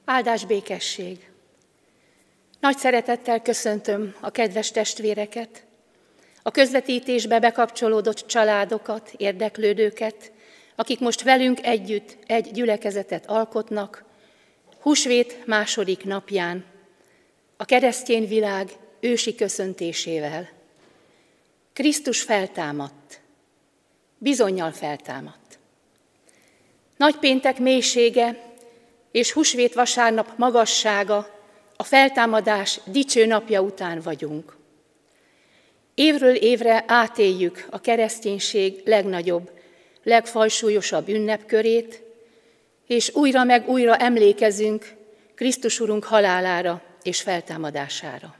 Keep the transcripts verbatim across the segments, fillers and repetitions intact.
Áldás békesség! Nagy szeretettel köszöntöm a kedves testvéreket, a közvetítésbe bekapcsolódott családokat, érdeklődőket, akik most velünk együtt egy gyülekezetet alkotnak, húsvét második napján, a keresztény világ ősi köszöntésével. Krisztus feltámadt, bizonnyal feltámadt. Nagypéntek mélysége és húsvét vasárnap magassága, a feltámadás dicső napja után vagyunk. Évről évre átéljük a kereszténység legnagyobb, legfajsúlyosabb ünnepkörét, és újra meg újra emlékezünk Krisztus Urunk halálára és feltámadására.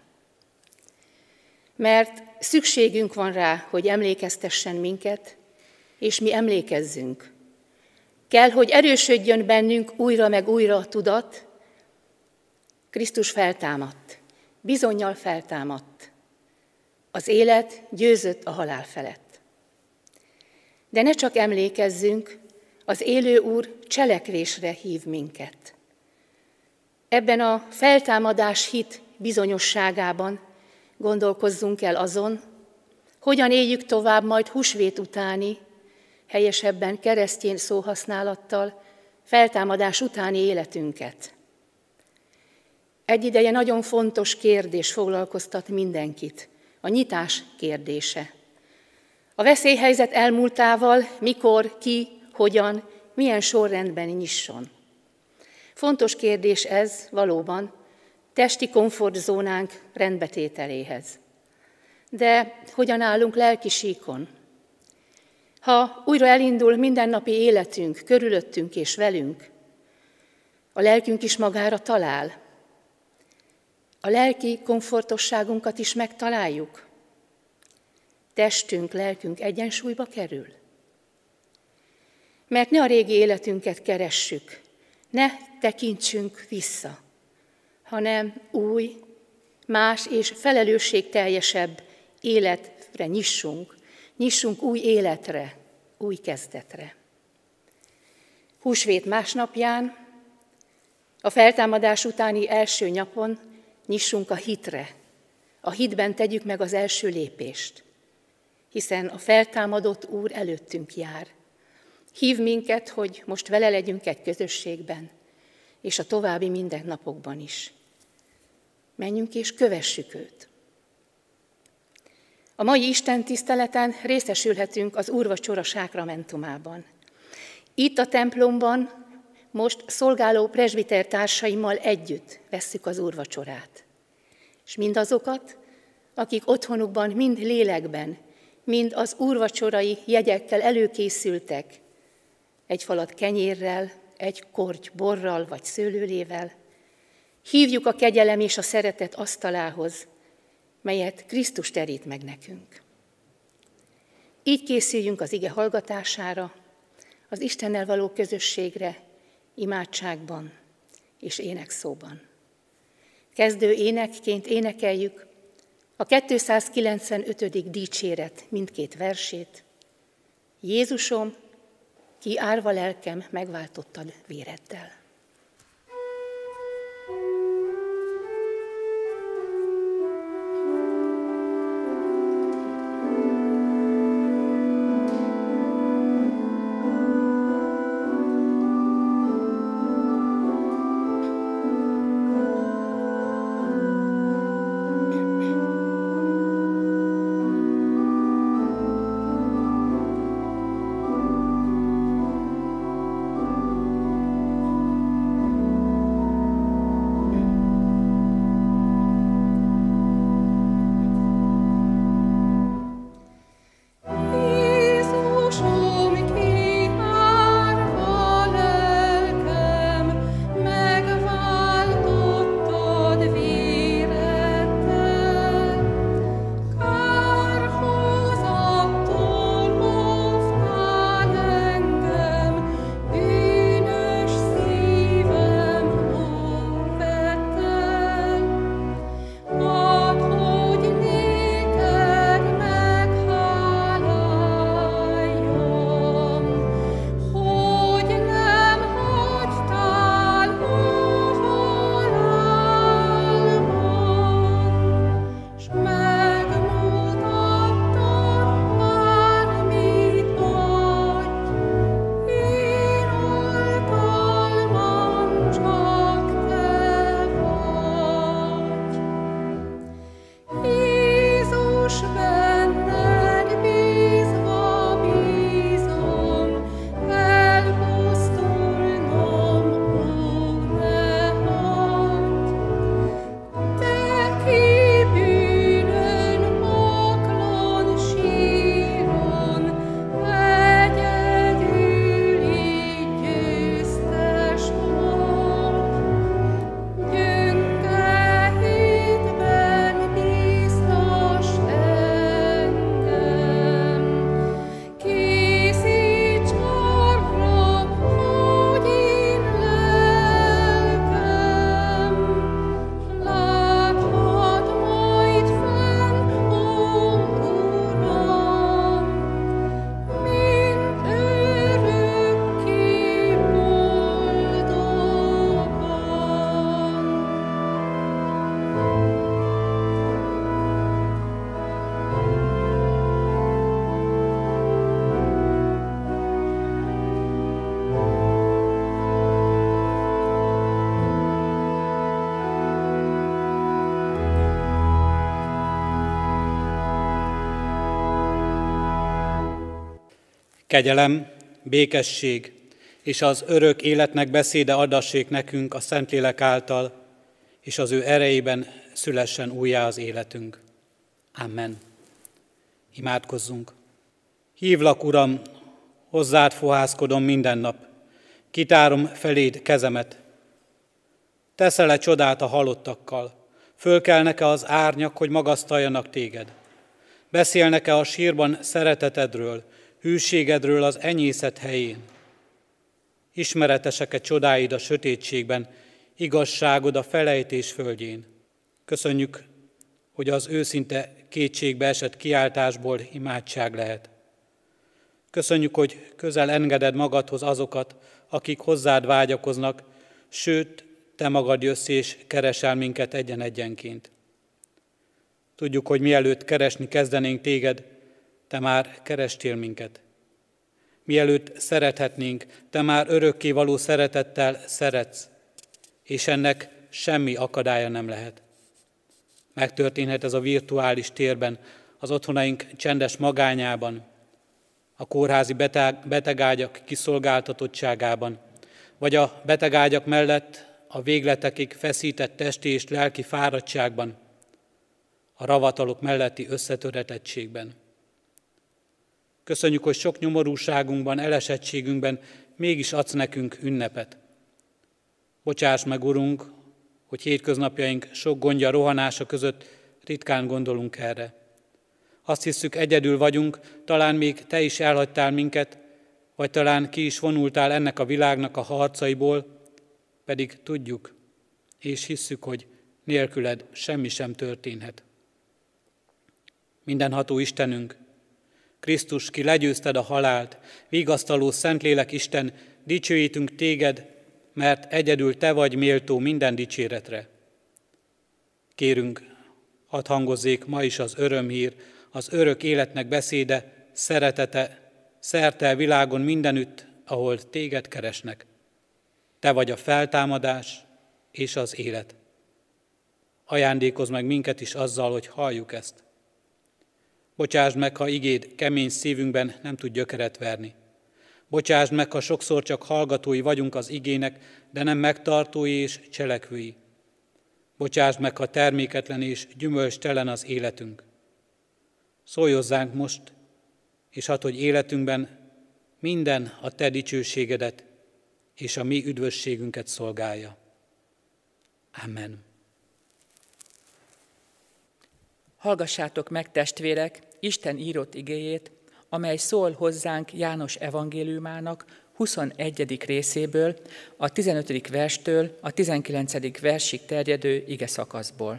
Mert szükségünk van rá, hogy emlékeztessen minket, és mi emlékezzünk. Kell, hogy erősödjön bennünk újra meg újra a tudat, Krisztus feltámadt, bizonnyal feltámadt. Az élet győzött a halál felett. De ne csak emlékezzünk, az élő Úr cselekvésre hív minket. Ebben a feltámadás hit bizonyosságában gondolkozzunk el azon, hogyan éljük tovább majd húsvét utáni, helyesebben keresztény szóhasználattal, feltámadás utáni életünket. Egy ideje nagyon fontos kérdés foglalkoztat mindenkit, a nyitás kérdése. A veszélyhelyzet elmúltával mikor, ki, hogyan, milyen sorrendben nyisson. Fontos kérdés ez valóban testi komfortzónánk rendbetételéhez. De hogyan állunk lelki síkon? Ha újra elindul mindennapi életünk körülöttünk és velünk, a lelkünk is magára talál. A lelki komfortosságunkat is megtaláljuk. Testünk, lelkünk egyensúlyba kerül. Mert ne a régi életünket keressük, ne tekintsünk vissza, hanem új, más és felelősségteljesebb életre nyissunk, nyissunk új életre, új kezdetre. Húsvét másnapján, a feltámadás utáni első napon nyissunk a hitre, a hitben tegyük meg az első lépést, hiszen a feltámadott Úr előttünk jár. Hív minket, hogy most vele legyünk egy közösségben, és a további mindennapokban is. Menjünk és kövessük őt. A mai Isten tiszteleten részesülhetünk az úrvacsora sákramentumában. Itt a templomban most szolgáló presbiter társaimmal együtt vesszük az úrvacsorát. És mindazokat, akik otthonukban mind lélekben, mind az úrvacsorai jegyekkel előkészültek, egy falat kenyérrel, egy korty borral vagy szőlőlével, hívjuk a kegyelem és a szeretet asztalához, melyet Krisztus terít meg nekünk. Így készüljünk az ige hallgatására, az Istennel való közösségre, imádságban és énekszóban. Kezdő énekként énekeljük a kétszázkilencvenötödik dicséret mindkét versét. Jézusom, ki árva lelkem megváltottad véreddel. Kegyelem, békesség és az örök életnek beszéde adassék nekünk a Szentlélek által, és az ő erejében szülessen újjá az életünk. Amen. Imádkozzunk. Hívlak, Uram, hozzád fohászkodom minden nap, kitárom feléd kezemet. Teszel-e csodát a halottakkal? Fölkelnek-e az árnyak, hogy magasztaljanak téged? Beszélnek-e a sírban szeretetedről, hűségedről az enyészet helyén? Ismeretesek-e csodáid a sötétségben, igazságod a felejtés földjén? Köszönjük, hogy az őszinte kétségbe esett kiáltásból imádság lehet. Köszönjük, hogy közel engeded magadhoz azokat, akik hozzád vágyakoznak, sőt, te magad jössz és keresel minket egyen-egyenként. Tudjuk, hogy mielőtt keresni kezdenénk téged, te már kerestél minket. Mielőtt szerethetnénk, te már örökké való szeretettel szeretsz, és ennek semmi akadálya nem lehet. Megtörténhet ez a virtuális térben, az otthonaink csendes magányában, a kórházi beteg, betegágyak kiszolgáltatottságában, vagy a betegágyak mellett a végletekig feszített testi és lelki fáradtságban, a ravatalok melletti összetöretettségben. Köszönjük, hogy sok nyomorúságunkban, elesettségünkben mégis adsz nekünk ünnepet. Bocsáss meg, Urunk, hogy hétköznapjaink sok gondja, rohanása között ritkán gondolunk erre. Azt hisszük, egyedül vagyunk, talán még te is elhagytál minket, vagy talán ki is vonultál ennek a világnak a harcaiból, pedig tudjuk és hisszük, hogy nélküled semmi sem történhet. Mindenható Istenünk, Krisztus, ki legyőzted a halált, vigasztaló Szentlélek Isten, dicsőítünk téged, mert egyedül te vagy méltó minden dicséretre. Kérünk, hadd hangozzék ma is az örömhír, az örök életnek beszéde, szeretete, szerte a világon mindenütt, ahol téged keresnek. Te vagy a feltámadás és az élet. Ajándékozz meg minket is azzal, hogy halljuk ezt. Bocsásd meg, ha igéd kemény szívünkben nem tud gyökeret verni. Bocsásd meg, ha sokszor csak hallgatói vagyunk az igének, de nem megtartói és cselekvői. Bocsásd meg, ha terméketlen és gyümölcstelen az életünk. Szólj hozzánk most, és hadd, hogy életünkben minden a te dicsőségedet és a mi üdvösségünket szolgálja. Amen. Hallgassátok meg, testvérek, Isten írott igéjét, amely szól hozzánk János evangéliumának huszonegyedik részéből, a tizenötödik verstől a tizenkilencedik versig terjedő ige szakaszból.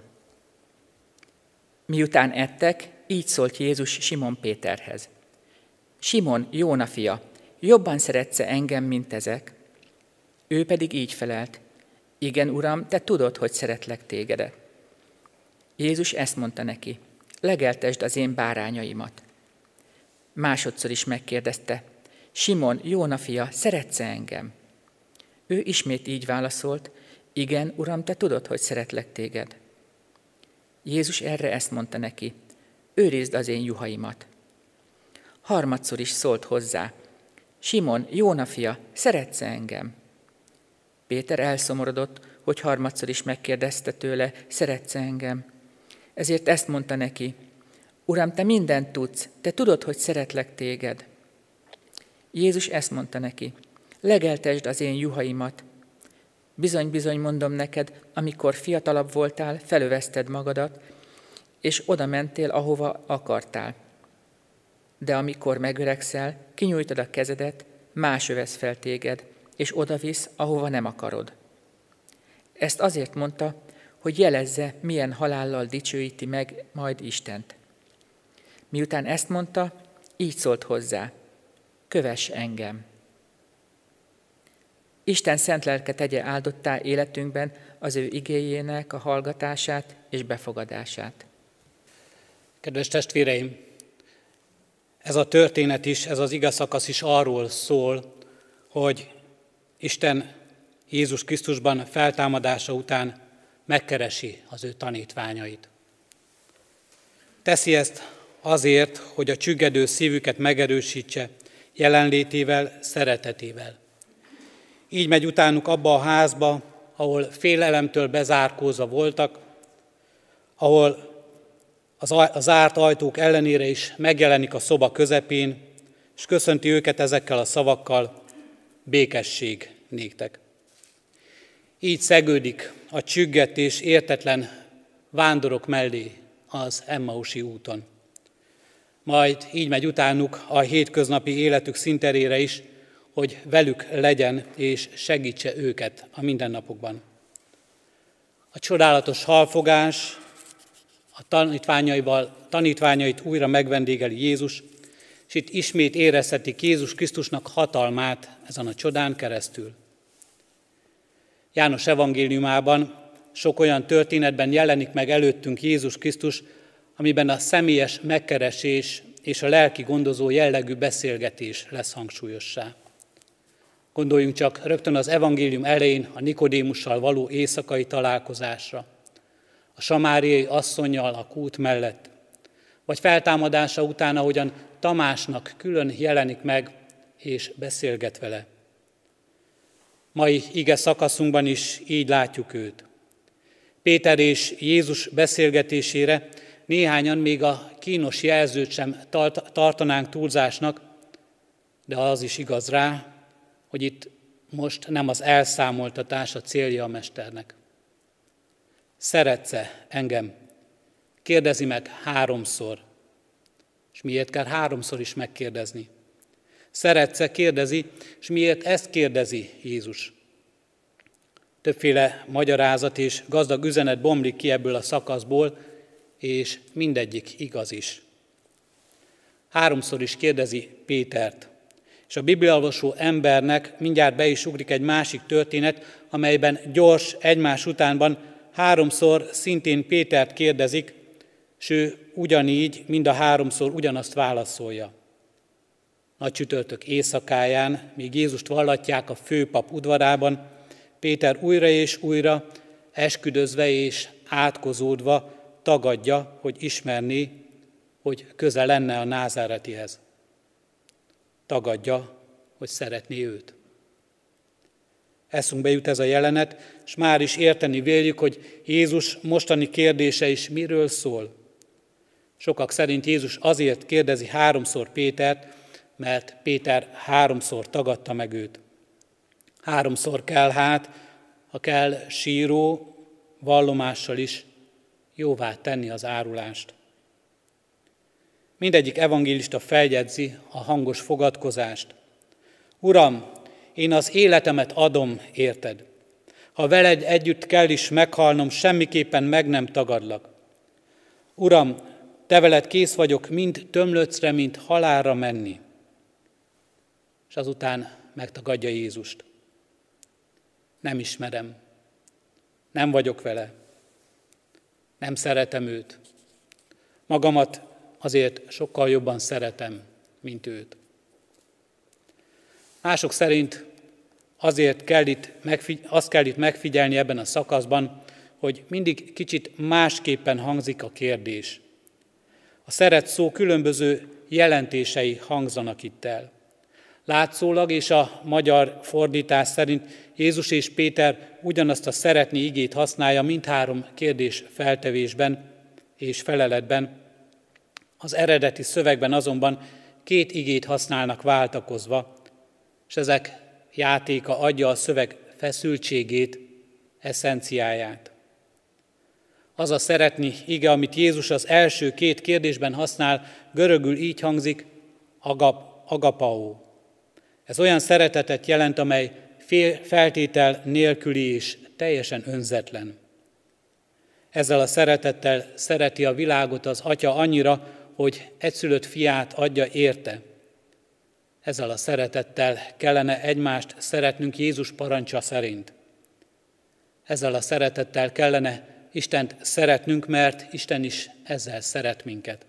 Miután ettek, így szólt Jézus Simon Péterhez. Simon, Jóna fia, jobban szeretsz-e engem, mint ezek? Ő pedig így felelt. Igen, Uram, te tudod, hogy szeretlek tégedet. Jézus ezt mondta neki. Legeltesd az én bárányaimat. Másodszor is megkérdezte. Simon, Jóna fia, szeretsz-e engem? Ő ismét így válaszolt. Igen, Uram, te tudod, hogy szeretlek téged. Jézus erre ezt mondta neki. Őrizd az én juhaimat. Harmadszor is szólt hozzá. Simon, Jóna fia, szeretsz-e engem? Péter elszomorodott, hogy harmadszor is megkérdezte tőle, szeretsz-e engem? Ezért ezt mondta neki, Uram, te mindent tudsz, te tudod, hogy szeretlek téged. Jézus ezt mondta neki, legeltesd az én juhaimat. Bizony-bizony mondom neked, amikor fiatalabb voltál, felövezted magadat, és oda mentél, ahova akartál. De amikor megöregszel, kinyújtod a kezedet, más övesz fel téged, és odavisz, ahova nem akarod. Ezt azért mondta, hogy jelezze, milyen halállal dicsőíti meg majd Istent. Miután ezt mondta, így szólt hozzá, kövess engem. Isten szent lelke tegye áldottá életünkben az ő igéjének a hallgatását és befogadását. Kedves testvéreim, ez a történet is, ez az igeszakasz is arról szól, hogy Isten Jézus Krisztusban feltámadása után megkeresi az ő tanítványait. Teszi ezt azért, hogy a csüggedő szívüket megerősítse, jelenlétével, szeretetével. Így megy utánuk abba a házba, ahol félelemtől bezárkózva voltak, ahol az zárt ajtók ellenére is megjelenik a szoba közepén, és köszönti őket ezekkel a szavakkal: békesség néktek. Így szegődik a csüggett és értetlen vándorok mellé az Emmausi úton. Majd így megy utánuk a hétköznapi életük színterére is, hogy velük legyen és segítse őket a mindennapokban. A csodálatos halfogás, a tanítványaival, tanítványait újra megvendégeli Jézus, és itt ismét érezhetik Jézus Krisztusnak hatalmát ezen a csodán keresztül. János evangéliumában sok olyan történetben jelenik meg előttünk Jézus Krisztus, amiben a személyes megkeresés és a lelki gondozó jellegű beszélgetés lesz hangsúlyossá. Gondoljunk csak rögtön az evangélium elején a Nikodémussal való éjszakai találkozásra, a samáriai asszonnyal a kút mellett, vagy feltámadása után, ahogyan Tamásnak külön jelenik meg és beszélget vele. Mai ige szakaszunkban is így látjuk őt. Péter és Jézus beszélgetésére néhányan még a kínos jelzőt sem tartanánk túlzásnak, de az is igaz rá, hogy itt most nem az elszámoltatás a célja a mesternek. Szeretsz-e engem? Kérdezi meg háromszor. És miért kell háromszor is megkérdezni? Szeretsz-e? Kérdezi, és miért ezt kérdezi Jézus? Többféle magyarázat és gazdag üzenet bomlik ki ebből a szakaszból, és mindegyik igaz is. Háromszor is kérdezi Pétert, és a bibliaolvasó embernek mindjárt be is ugrik egy másik történet, amelyben gyors, egymás utánban háromszor szintén Pétert kérdezik, és ő ugyanígy, mind a háromszor ugyanazt válaszolja. Nagy csütörtök éjszakáján, míg Jézust vallatják a főpap udvarában, Péter újra és újra, esküdözve és átkozódva tagadja, hogy ismerné, hogy köze lenne a názáretihez. Tagadja, hogy szeretné őt. Eszünkbe jut ez a jelenet, és már is érteni véljük, hogy Jézus mostani kérdése is miről szól. Sokak szerint Jézus azért kérdezi háromszor Pétert, mert Péter háromszor tagadta meg őt. Háromszor kell hát, ha kell síró vallomással is jóvá tenni az árulást. Mindegyik evangélista feljegyzi a hangos fogadkozást. Uram, én az életemet adom, érted. Ha veled együtt kell is meghalnom, semmiképpen meg nem tagadlak. Uram, te veled kész vagyok mind tömlöcre, mind halálra menni. És azután megtagadja Jézust. Nem ismerem, nem vagyok vele, nem szeretem őt. Magamat azért sokkal jobban szeretem, mint őt. Mások szerint azért kell itt megfigy- azt kell itt megfigyelni ebben a szakaszban, hogy mindig kicsit másképpen hangzik a kérdés. A szeret szó különböző jelentései hangzanak itt el. Látszólag és a magyar fordítás szerint Jézus és Péter ugyanazt a szeretni igét használja mindhárom kérdés feltevésben és feleletben. Az eredeti szövegben azonban két igét használnak váltakozva, és ezek játéka adja a szöveg feszültségét, eszenciáját. Az a szeretni ige, amit Jézus az első két kérdésben használ, görögül így hangzik, agap, agapao. Ez olyan szeretetet jelent, amely fél feltétel nélküli és teljesen önzetlen. Ezzel a szeretettel szereti a világot az Atya annyira, hogy egyszülött fiát adja érte. Ezzel a szeretettel kellene egymást szeretnünk Jézus parancsa szerint. Ezzel a szeretettel kellene Istent szeretnünk, mert Isten is ezzel szeret minket.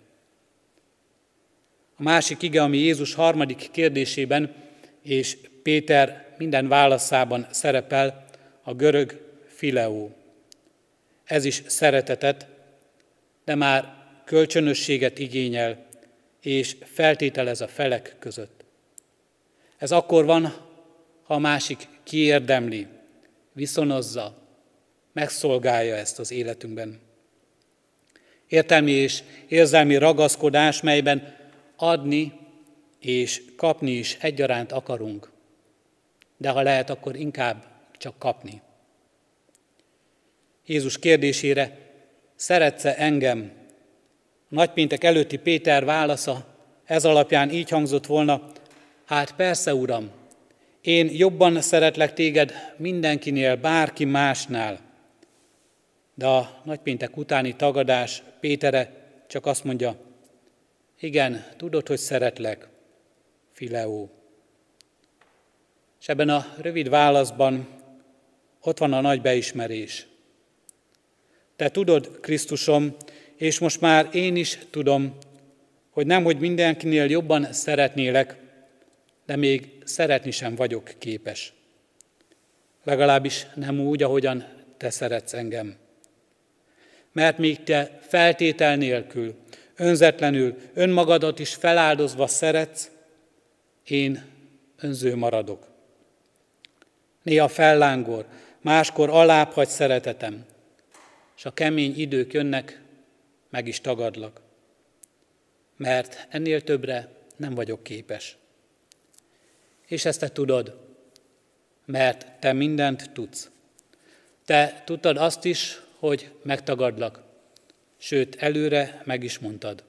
A másik ige, ami Jézus harmadik kérdésében és Péter minden válaszában szerepel, a görög fileó. Ez is szeretetet, de már kölcsönösséget igényel, és feltételez a felek között. Ez akkor van, ha a másik kiérdemli, viszonozza, megszolgálja ezt az életünkben. Értelmi és érzelmi ragaszkodás, melyben adni és kapni is egyaránt akarunk. De ha lehet, akkor inkább csak kapni. Jézus kérdésére, szeretsz-e engem? A nagypéntek előtti Péter válasza ez alapján így hangzott volna, hát persze, Uram, én jobban szeretlek téged mindenkinél, bárki másnál. De a nagypéntek utáni tagadás Pétere csak azt mondja, igen, tudod, hogy szeretlek, Fileó. És ebben a rövid válaszban ott van a nagy beismerés. Te tudod, Krisztusom, és most már én is tudom, hogy nemhogy mindenkinél jobban szeretnélek, de még szeretni sem vagyok képes. Legalábbis nem úgy, ahogyan te szeretsz engem. Mert még te feltétel nélkül, önzetlenül, önmagadat is feláldozva szeretsz, én önző maradok. Néha fellángol, máskor alább hagy szeretetem, és a kemény idők jönnek, meg is tagadlak. Mert ennél többre nem vagyok képes. És ezt te tudod, mert te mindent tudsz. Te tudtad azt is, hogy megtagadlak, sőt, előre meg is mondtad.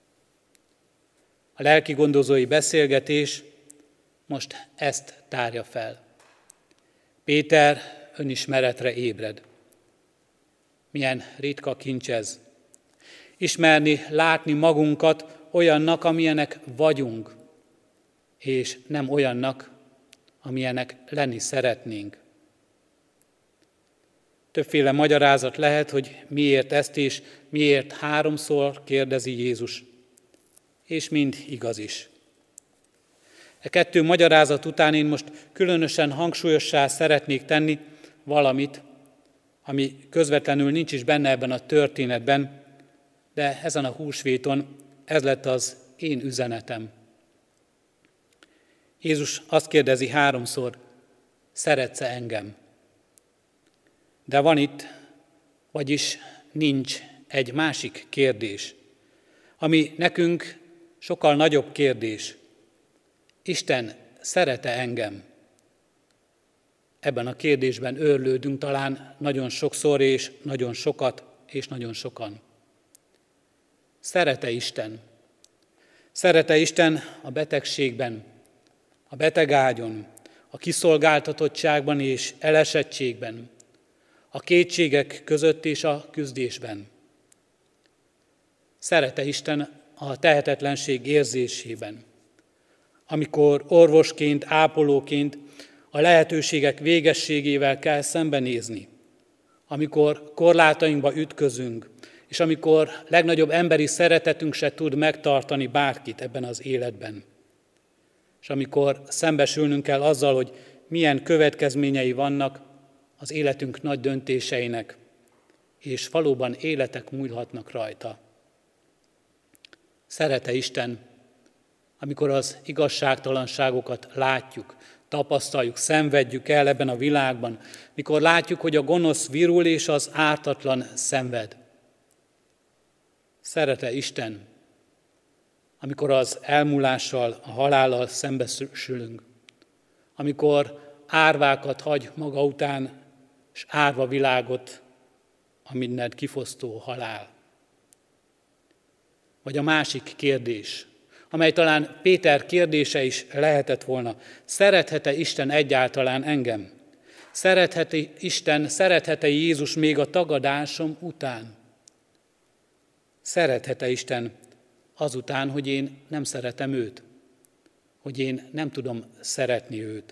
A lelki gondozói beszélgetés most ezt tárja fel. Péter önismeretre ébred. Milyen ritka kincs ez. Ismerni, látni magunkat olyannak, amilyenek vagyunk, és nem olyannak, amilyenek lenni szeretnénk. Többféle magyarázat lehet, hogy miért ezt és miért háromszor kérdezi Jézus, és mind igaz is. E kettő magyarázat után én most különösen hangsúlyossá szeretnék tenni valamit, ami közvetlenül nincs is benne ebben a történetben, de ezen a húsvéton ez lett az én üzenetem. Jézus azt kérdezi háromszor, szeretsz-e engem? De van itt, vagyis nincs egy másik kérdés, ami nekünk sokkal nagyobb kérdés. Isten szeret-e engem? Ebben a kérdésben őrlődünk talán nagyon sokszor, és nagyon sokat, és nagyon sokan. Szeret-e Isten? Szeret-e Isten a betegségben, a betegágyon, a kiszolgáltatottságban és elesettségben, a kétségek között és a küzdésben? Szeret-e Isten a tehetetlenség érzésében, amikor orvosként, ápolóként a lehetőségek végességével kell szembenézni, amikor korlátainkba ütközünk, és amikor legnagyobb emberi szeretetünk se tud megtartani bárkit ebben az életben. És amikor szembesülnünk kell azzal, hogy milyen következményei vannak az életünk nagy döntéseinek, és valóban életek múlhatnak rajta. Szeret-e Isten, amikor az igazságtalanságokat látjuk, tapasztaljuk, szenvedjük el ebben a világban, mikor látjuk, hogy a gonosz virul és az ártatlan szenved? Szeret-e Isten, amikor az elmúlással, a halállal szembesülünk, amikor árvákat hagy maga után, és árva világot, a mindent kifosztó halál? Vagy a másik kérdés, amely talán Péter kérdése is lehetett volna, szerethet-e Isten egyáltalán engem? Szerethet-e Isten, szerethet-e Jézus még a tagadásom után? Szerethet-e Isten azután, hogy én nem szeretem őt? Hogy én nem tudom szeretni őt?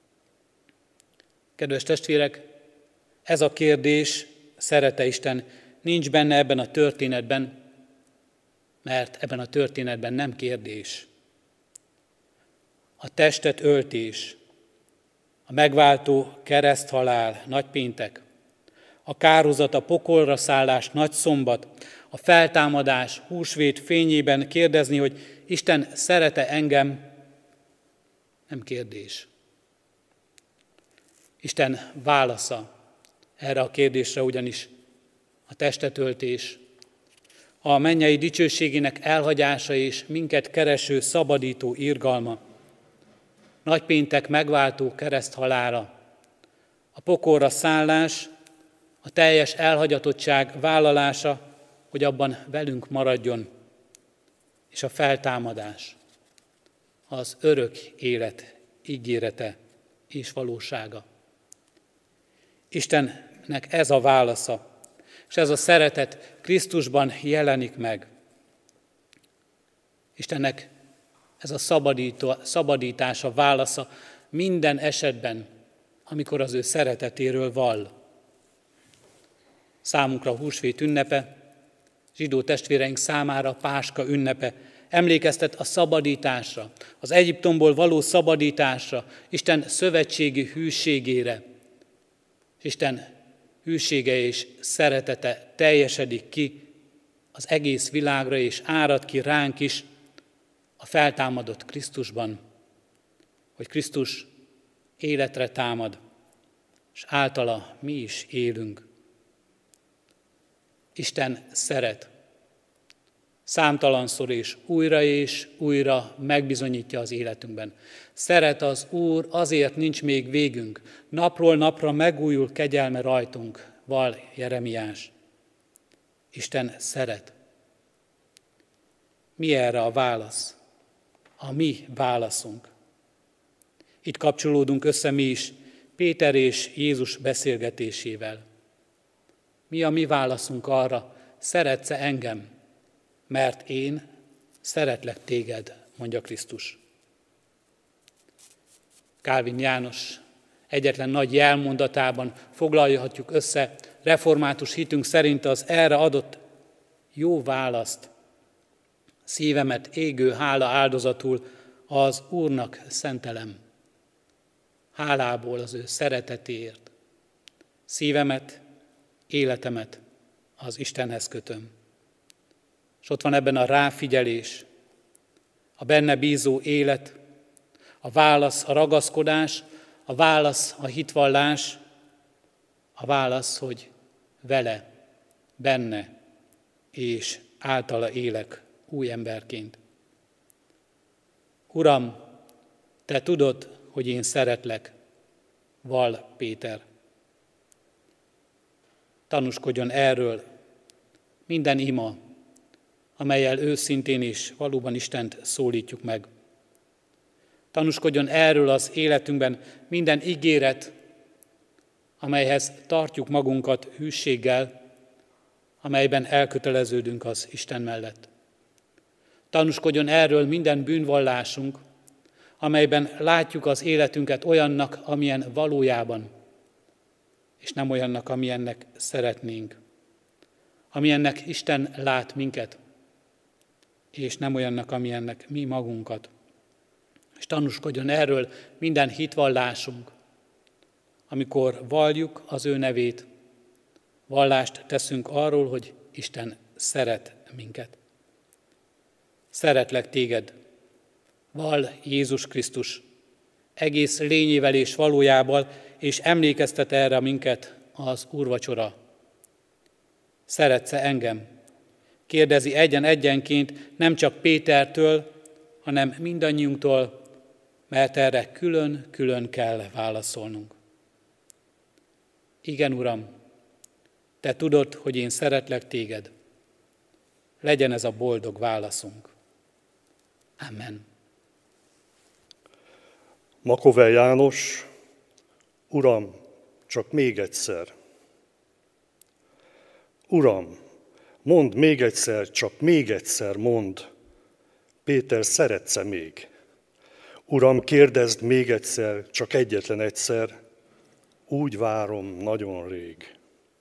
Kedves testvérek, ez a kérdés, szeret-e Isten, nincs benne ebben a történetben, mert ebben a történetben nem kérdés. A testet öltés, a megváltó kereszthalál, nagypéntek, a kárhozat, a pokolra szállás, nagyszombat, a feltámadás, húsvét fényében kérdezni, hogy Isten szeret-e engem, nem kérdés. Isten válasza erre a kérdésre ugyanis a testetöltés, a mennyei dicsőségének elhagyása és minket kereső, szabadító irgalma, nagypéntek megváltó kereszthalála, a pokolra szállás, a teljes elhagyatottság vállalása, hogy abban velünk maradjon, és a feltámadás, az örök élet ígérete és valósága. Istennek ez a válasza, és ez a szeretet Krisztusban jelenik meg. Istennek ez a szabadító, szabadítása, válasza minden esetben, amikor az ő szeretetéről vall. Számunkra a húsvét ünnepe, zsidó testvéreink számára a Páska ünnepe emlékeztet a szabadításra, az Egyiptomból való szabadításra, Isten szövetségi hűségére. Isten hűsége és szeretete teljesedik ki az egész világra, és árad ki ránk is a feltámadott Krisztusban, hogy Krisztus életre támad, és általa mi is élünk. Isten szeret. Számtalanszor és újra és újra megbizonyítja az életünkben. Szeret az Úr, azért nincs még végünk. Napról napra megújul kegyelme rajtunk, val Jeremiás. Isten szeret. Mi erre a válasz? A mi válaszunk. Itt kapcsolódunk össze mi is Péter és Jézus beszélgetésével. Mi a mi válaszunk arra, szeretsz-e engem, mert én szeretlek téged, mondja Krisztus. Kálvin János egyetlen nagy jelmondatában foglalhatjuk össze református hitünk szerint az erre adott jó választ. Szívemet égő hála áldozatul az Úrnak szentelem. Hálából az ő szeretetéért. Szívemet, életemet az Istenhez kötöm. És ott van ebben a ráfigyelés, a benne bízó élet, a válasz, a ragaszkodás, a válasz, a hitvallás, a válasz, hogy vele, benne és általa élek új emberként. Uram, te tudod, hogy én szeretlek, val Péter. Tanúskodjon erről minden ima, amellyel őszintén és valóban Istent szólítjuk meg. Tanúskodjon erről az életünkben minden ígéret, amelyhez tartjuk magunkat hűséggel, amelyben elköteleződünk az Isten mellett. Tanúskodjon erről minden bűnvallásunk, amelyben látjuk az életünket olyannak, amilyen valójában, és nem olyannak, amilyennek szeretnénk. Amilyennek Isten lát minket, és nem olyannak, amilyennek mi magunkat. És tanúskodjon erről minden hitvallásunk, amikor valljuk az ő nevét, vallást teszünk arról, hogy Isten szeret minket. Szeretlek téged, vall Jézus Krisztus, egész lényével és valójával, és emlékeztet erre minket az úrvacsora. Szeretsz-e engem? Kérdezi egyen-egyenként nem csak Pétertől, hanem mindannyiunktól, mert erre külön-külön kell válaszolnunk. Igen, Uram, te tudod, hogy én szeretlek téged. Legyen ez a boldog válaszunk. Amen. Makovej János, Uram, csak még egyszer. Uram, mondd még egyszer, csak még egyszer mondd. Péter, szeretsz-e még? Uram, kérdezd még egyszer, csak egyetlen egyszer. Úgy várom nagyon rég.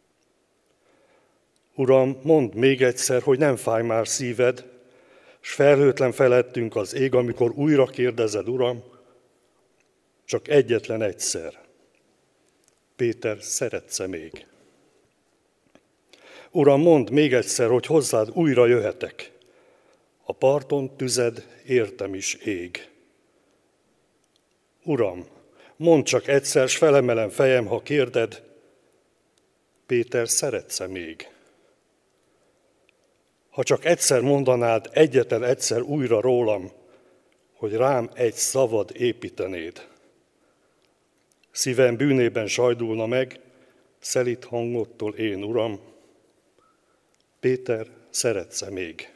Uram, mondd még egyszer, hogy nem fáj már szíved, s felhőtlen felettünk az ég, amikor újra kérdezed, Uram, csak egyetlen egyszer. Péter, szeretsz-e még? Uram, mondd még egyszer, hogy hozzád újra jöhetek. A parton tüzed értem is ég. Uram, mondd csak egyszer, s felemelem fejem, ha kérded, Péter, szeretsz-e még? Ha csak egyszer mondanád, egyetlen egyszer újra rólam, hogy rám egy szavad építenéd. Szívem bűnében sajdulna meg, szelíd hangodtól én, Uram. Péter, szeretsz-e még?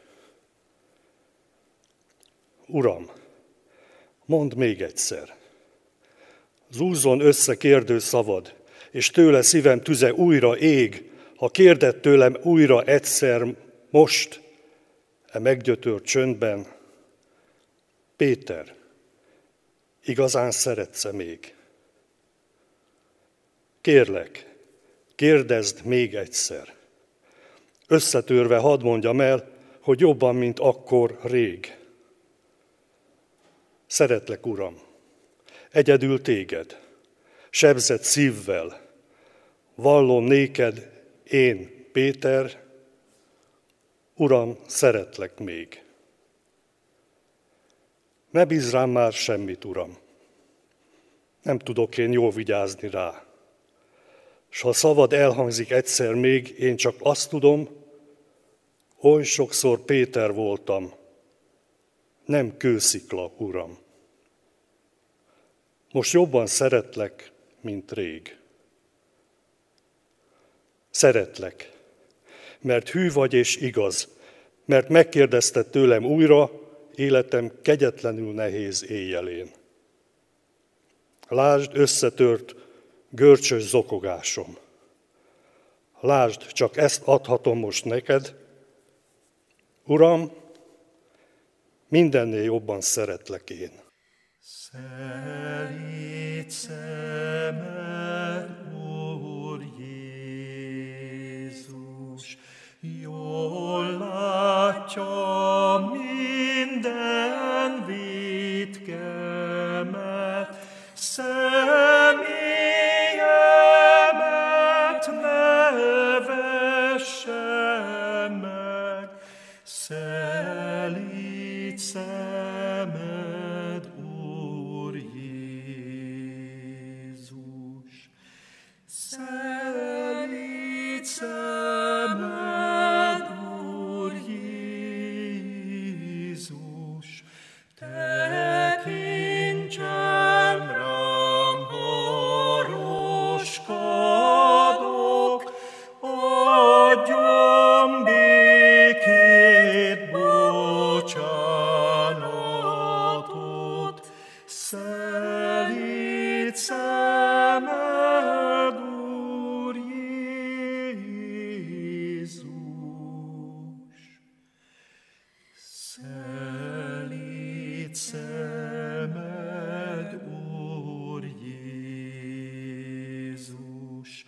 Uram, mondd még egyszer. Zúzzon össze kérdő szavad, és tőle szívem tüze újra ég, ha kérdett tőlem újra egyszer, most, e meggyötört csöndben, Péter, igazán szeretsz-e még? Kérlek, kérdezd még egyszer. Összetörve hadd mondjam el, hogy jobban, mint akkor rég. Szeretlek, Uram, egyedül téged, sebzett szívvel, vallom néked, én, Péter, Uram, szeretlek még. Ne bízz rám már semmit, Uram. Nem tudok én jól vigyázni rá. S ha szavad elhangzik egyszer még, én csak azt tudom, oly sokszor Péter voltam, nem kőszikla, Uram. Most jobban szeretlek, mint rég. Szeretlek, mert hű vagy és igaz, mert megkérdezted tőlem újra, életem kegyetlenül nehéz éjjelén. Lásd összetört, görcsös zokogásom. Lásd, csak ezt adhatom most neked. Uram, mindennél jobban szeretlek én. Szelíd szemed, Úr Jézus, jól látja minden vétkemet, személyemet ne vesse meg, szelíd szemed, Úr Jézus. Szelíd szemed, Úr Jézus, tekintsen rám, haroskodok, adjon békét, bocsánatot. Szelíd szemed, Úr Jézus. Szelíd szemed, Úr Jézus.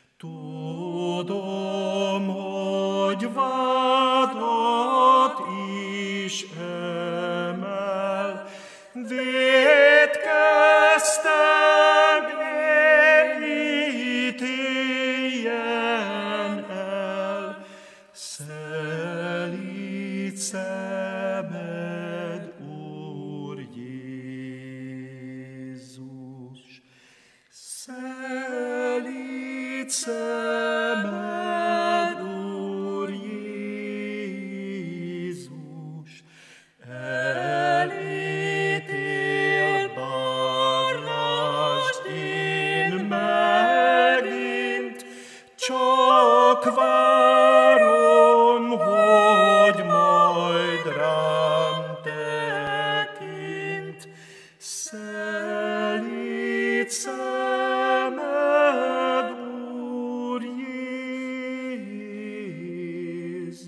Tudom, hogy vádat is emel, vétkeztem, én ítéljen el. Szelíd szemed, Úr Jézus. Szelíd szemed, Úr Jézus. Elítél, bár lásd, én megint csak várom, hogy majd rám tekint. Szelíd szemed, Úr Jézus.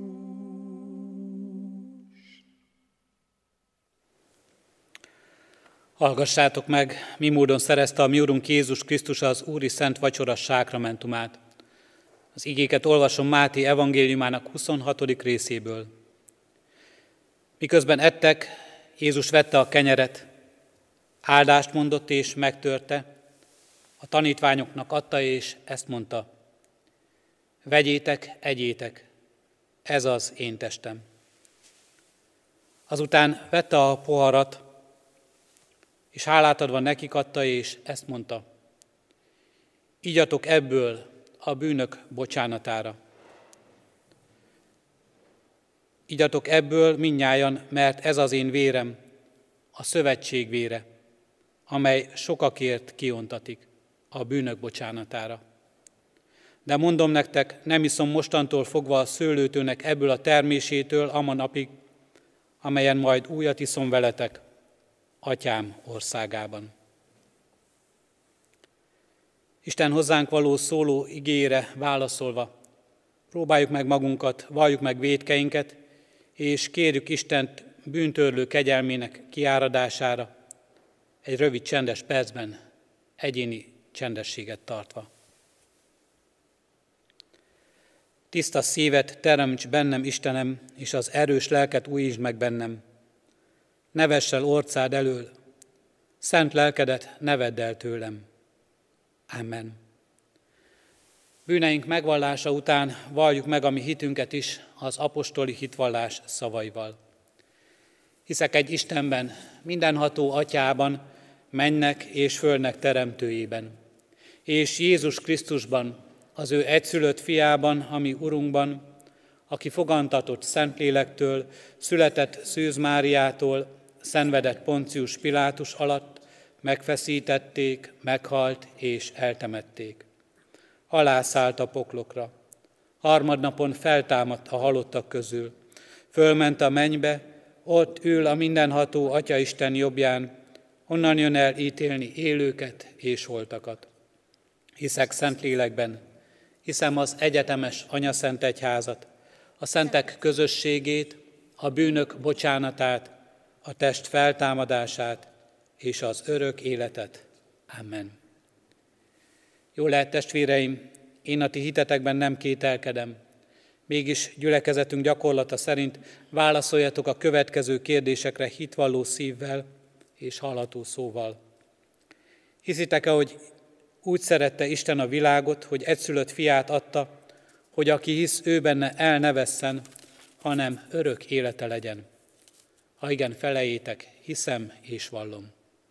Hallgassátok meg, mi módon szerezte a mi Urunk Jézus Krisztus az Úri Szent Vacsora sákramentumát. Az igéket olvasom Máté evangéliumának huszonhatodik részéből. Miközben ettek, Jézus vette a kenyeret, áldást mondott és megtörte, a tanítványoknak adta és ezt mondta: vegyétek, egyétek, ez az én testem. Azután vette a poharat, és hálát adva nekik adta, és ezt mondta: igyatok ebből a bűnök bocsánatára. Igyatok ebből mindnyájan, mert ez az én vérem, a szövetség vére, amely sokakért kiontatik a bűnök bocsánatára. De mondom nektek, nem iszom mostantól fogva a szőlőtőnek ebből a termésétől ama napig, amelyen majd újat iszom veletek, Atyám országában. Isten hozzánk való szóló igére válaszolva, próbáljuk meg magunkat, valljuk meg vétkeinket, és kérjük Istent bűntörlő kegyelmének kiáradására, egy rövid csendes percben, egyéni csendességet tartva. Tiszta szívet teremts bennem, Istenem, és az erős lelket újítsd meg bennem. Ne vess el orcád elől, szent lelkedet ne vedd el tőlem. Amen. Bűneink megvallása után valljuk meg a mi hitünket is az apostoli hitvallás szavaival. Hiszek egy Istenben, mindenható Atyában, mennek és földnek teremtőjében, és Jézus Krisztusban, az ő egyszülött fiában, ami Urunkban, aki fogantatott Szentlélektől, született Szűz Máriától, szenvedett Poncius Pilátus alatt, megfeszítették, meghalt és eltemették. Alászállt a poklokra. Harmadnapon feltámadt a halottak közül. Fölment a mennybe, ott ül a mindenható Atyaisten jobbján, onnan jön el ítélni élőket és holtakat. Hiszek Szentlélekben, hiszem az egyetemes Anyaszent Egyházat, a szentek közösségét, a bűnök bocsánatát, a test feltámadását és az örök életet. Amen. Jó lehet, testvéreim, én a ti hitetekben nem kételkedem, mégis gyülekezetünk gyakorlata szerint válaszoljatok a következő kérdésekre hitvalló szívvel és hallható szóval. Hiszitek-e, hogy úgy szerette Isten a világot, hogy egyszülött fiát adta, hogy aki hisz ő benne el ne vesszen, hanem örök élete legyen? Ha igen, felejétek, hiszem és vallom.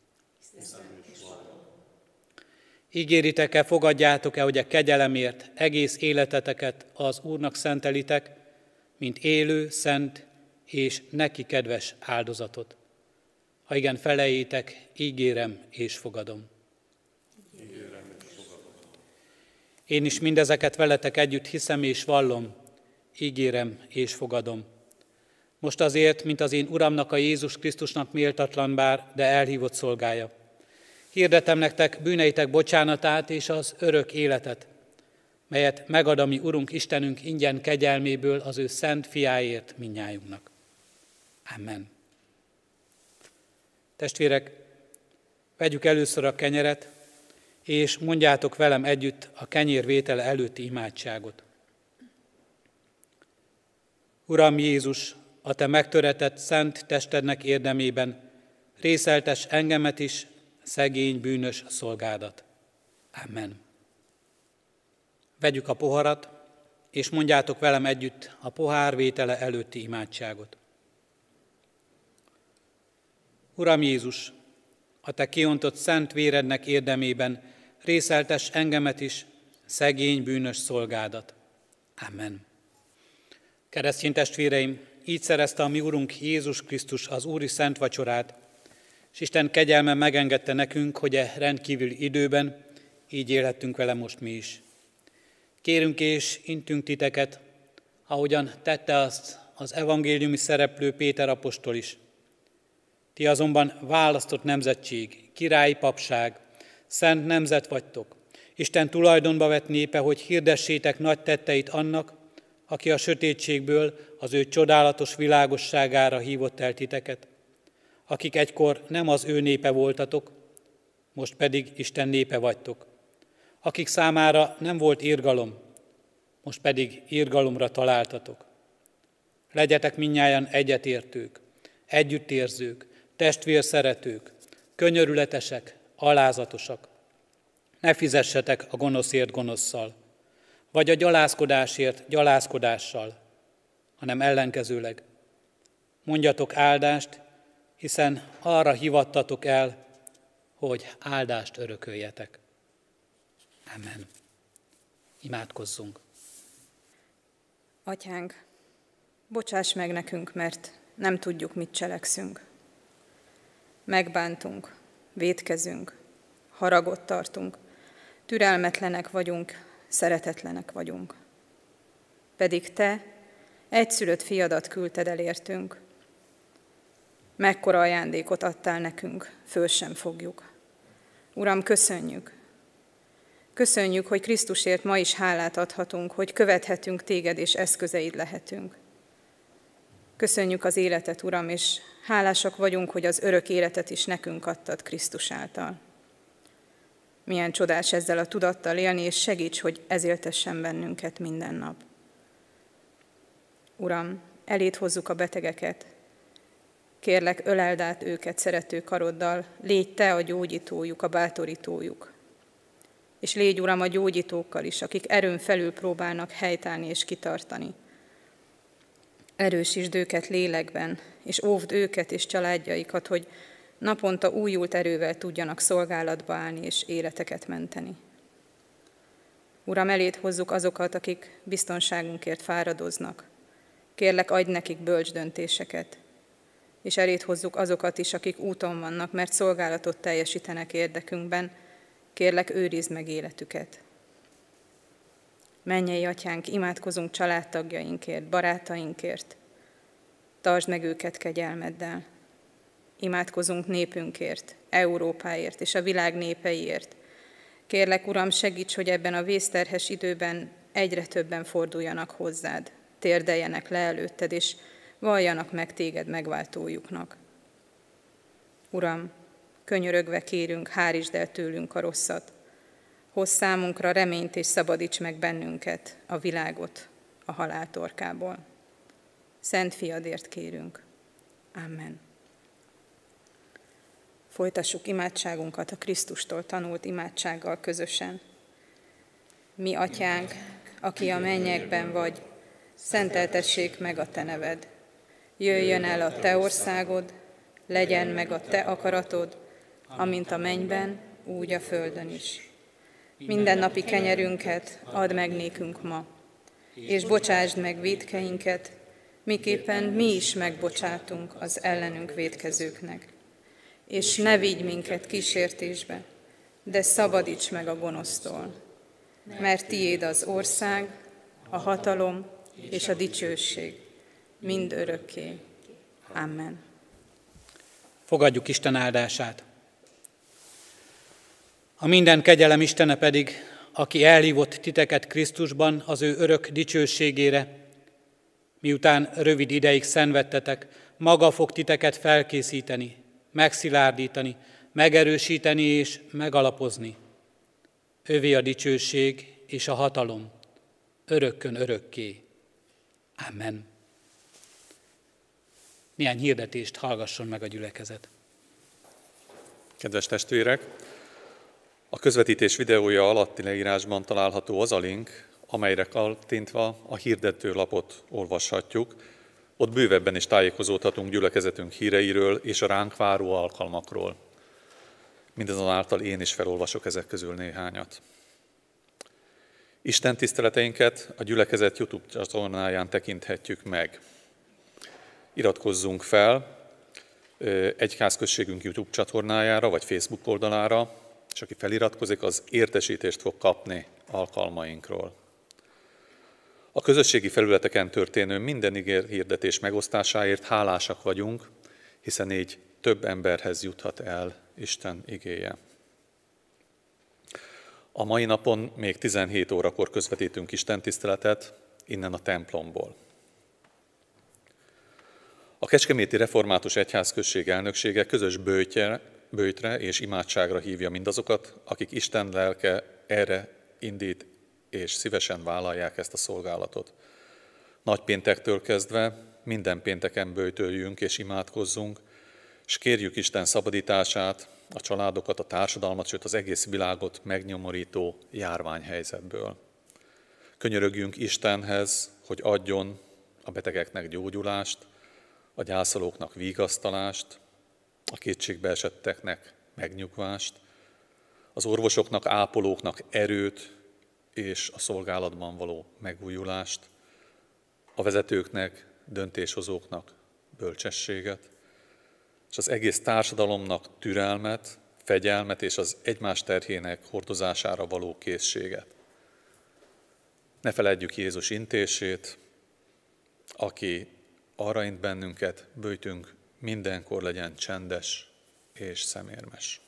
Ígéritek-e, fogadjátok-e, hogy a kegyelemért egész életeteket az Úrnak szentelitek, mint élő, szent és neki kedves áldozatot? Ha igen, felejétek, ígérem és fogadom. Ígérem és fogadom. Én is mindezeket veletek együtt hiszem és vallom, ígérem és fogadom. Most azért, mint az én Uramnak, a Jézus Krisztusnak méltatlan bár, de elhívott szolgája. Hirdetem nektek bűneitek bocsánatát és az örök életet, melyet megad a mi Urunk Istenünk ingyen kegyelméből az ő szent fiáért mindnyájunknak. Amen. Testvérek, vegyük először a kenyeret, és mondjátok velem együtt a kenyérvétele előtti imádságot. Uram Jézus, a te megtöretett szent testednek érdemében részeltes engemet is, szegény, bűnös szolgádat. Amen. Vegyük a poharat, és mondjátok velem együtt a pohár vétele előtti imádságot. Uram Jézus, a te kiontott szent vérednek érdemében részeltes engemet is, szegény, bűnös szolgádat. Amen. Keresztény testvéreim, így szerezte a mi Urunk Jézus Krisztus az úri szent vacsorát, és Isten kegyelme megengedte nekünk, hogy e rendkívüli időben így élhettünk vele most mi is. Kérünk és intünk titeket, ahogyan tette azt az evangéliumi szereplő Péter apostol is. Ti azonban választott nemzetség, királyi papság, szent nemzet vagytok, Isten tulajdonba vett népe, hogy hirdessétek nagy tetteit annak, aki a sötétségből az ő csodálatos világosságára hívott el titeket, akik egykor nem az ő népe voltatok, most pedig Isten népe vagytok, akik számára nem volt irgalom, most pedig irgalomra találtatok. Legyetek mindnyájan egyetértők, együttérzők, testvérszeretők, könyörületesek, alázatosak. Ne fizessetek a gonoszért gonosszal, vagy a gyalázkodásért gyalázkodással, hanem ellenkezőleg. Mondjatok áldást, hiszen arra hivattatok el, hogy áldást örököljetek. Amen. Imádkozzunk. Atyánk, bocsáss meg nekünk, mert nem tudjuk, mit cselekszünk. Megbántunk, vétkezünk, haragot tartunk, türelmetlenek vagyunk, szeretetlenek vagyunk. Pedig Te egyszülött fiadat küldted el értünk. Mekkora ajándékot adtál nekünk, föl sem fogjuk. Uram, köszönjük. Köszönjük, hogy Krisztusért ma is hálát adhatunk, hogy követhetünk Téged és eszközeid lehetünk. Köszönjük az életet, Uram, és hálásak vagyunk, hogy az örök életet is nekünk adtad Krisztus által. Milyen csodás ezzel a tudattal élni, és segíts, hogy ez éltessen bennünket minden nap. Uram, eléd hozzuk a betegeket. Kérlek, öleld át őket szerető karoddal, légy Te a gyógyítójuk, a bátorítójuk. És légy, Uram, a gyógyítókkal is, akik erőn felül próbálnak helytállni és kitartani. Erősítsd őket lélekben, és óvd őket és családjaikat, hogy naponta újult erővel tudjanak szolgálatba állni és életeket menteni. Uram, eléd hozzuk azokat, akik biztonságunkért fáradoznak. Kérlek, adj nekik bölcs döntéseket. És eléd hozzuk azokat is, akik úton vannak, mert szolgálatot teljesítenek érdekünkben. Kérlek, őrizd meg életüket. Mennyei Atyánk, imádkozunk családtagjainkért, barátainkért. Tartsd meg őket kegyelmeddel. Imádkozunk népünkért, Európáért és a világ népeiért. Kérlek, Uram, segíts, hogy ebben a vészterhes időben egyre többen forduljanak hozzád, térdeljenek le előtted, és valljanak meg téged megváltójuknak. Uram, könyörögve kérünk, hárítsd el tőlünk a rosszat. Hozz számunkra reményt, és szabadíts meg bennünket, a világot a halál torkából. Szent Fiadért kérünk. Amen. Folytassuk imádságunkat a Krisztustól tanult imádsággal közösen. Mi, Atyánk, aki a mennyekben vagy, szenteltessék meg a Te neved. Jöjjön el a Te országod, legyen meg a Te akaratod, amint a mennyben, úgy a földön is. Minden napi kenyerünket add meg nékünk ma, és bocsásd meg vétkeinket, miképpen mi is megbocsátunk az ellenünk vétkezőknek. És ne vigy minket kísértésbe, de szabadíts meg a gonosztól, mert tiéd az ország, a hatalom és a dicsőség, mind örökké. Amen. Fogadjuk Isten áldását. A minden kegyelem Istene pedig, aki elhívott titeket Krisztusban az ő örök dicsőségére, miután rövid ideig szenvedtetek, maga fog titeket felkészíteni, megszilárdítani, megerősíteni és megalapozni. Övé a dicsőség és a hatalom, örökkön örökké. Amen. Néhány hirdetést hallgasson meg a gyülekezet. Kedves testvérek, a közvetítés videója alatti leírásban található az a link, amelyre kattintva a hirdetőlapot olvashatjuk. Ott bővebben is tájékozódhatunk gyülekezetünk híreiről és a ránk váró alkalmakról. Mindazonáltal én is felolvasok ezek közül néhányat. Isten tiszteleteinket a gyülekezet YouTube csatornáján tekinthetjük meg. Iratkozzunk fel egyházközségünk YouTube csatornájára vagy Facebook oldalára, és aki feliratkozik, az értesítést fog kapni alkalmainkról. A közösségi felületeken történő minden ígér hirdetés megosztásáért hálásak vagyunk, hiszen így több emberhez juthat el Isten igéje. A mai napon még tizenhét órakor közvetítünk istentiszteletet innen a templomból. A Kecskeméti Református Egyházközség elnöksége közös böjtre, böjtre és imádságra hívja mindazokat, akik Isten lelke erre indít és szívesen vállalják ezt a szolgálatot. Nagypéntektől kezdve minden pénteken böjtöljünk és imádkozzunk, és kérjük Isten szabadítását, a családokat, a társadalmat, sőt az egész világot megnyomorító járványhelyzetből. Könyörögjünk Istenhez, hogy adjon a betegeknek gyógyulást, a gyászolóknak vigasztalást, a kétségbeesetteknek megnyugvást, az orvosoknak, ápolóknak erőt és a szolgálatban való megújulást, a vezetőknek, döntéshozóknak bölcsességet, és az egész társadalomnak türelmet, fegyelmet és az egymás terhének hordozására való készséget. Ne feledjük Jézus intését, aki arra int bennünket, böjtünk, mindenkor legyen csendes és szemérmes.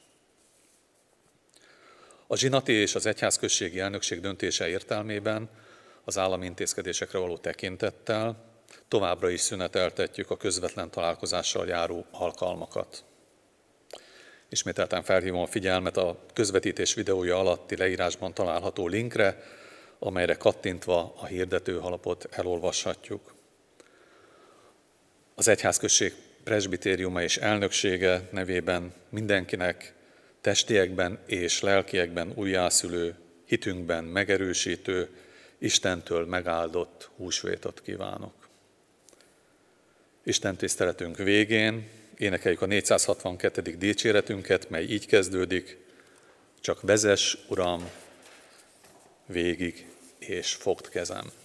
A zsinati és az egyházközségi elnökség döntése értelmében az állami intézkedésekre való tekintettel továbbra is szüneteltetjük a közvetlen találkozással járó alkalmakat. Ismételten felhívom a figyelmet a közvetítés videója alatti leírásban található linkre, amelyre kattintva a hirdetőhalapot elolvashatjuk. Az egyházközség presbitériuma és elnöksége nevében mindenkinek testiekben és lelkiekben újjászülő, hitünkben megerősítő, Istentől megáldott húsvétot kívánok. Isten tiszteletünk végén énekeljük a négyszázhatvankettedik dicséretünket, mely így kezdődik: csak vezess, Uram, végig és fogd kezem.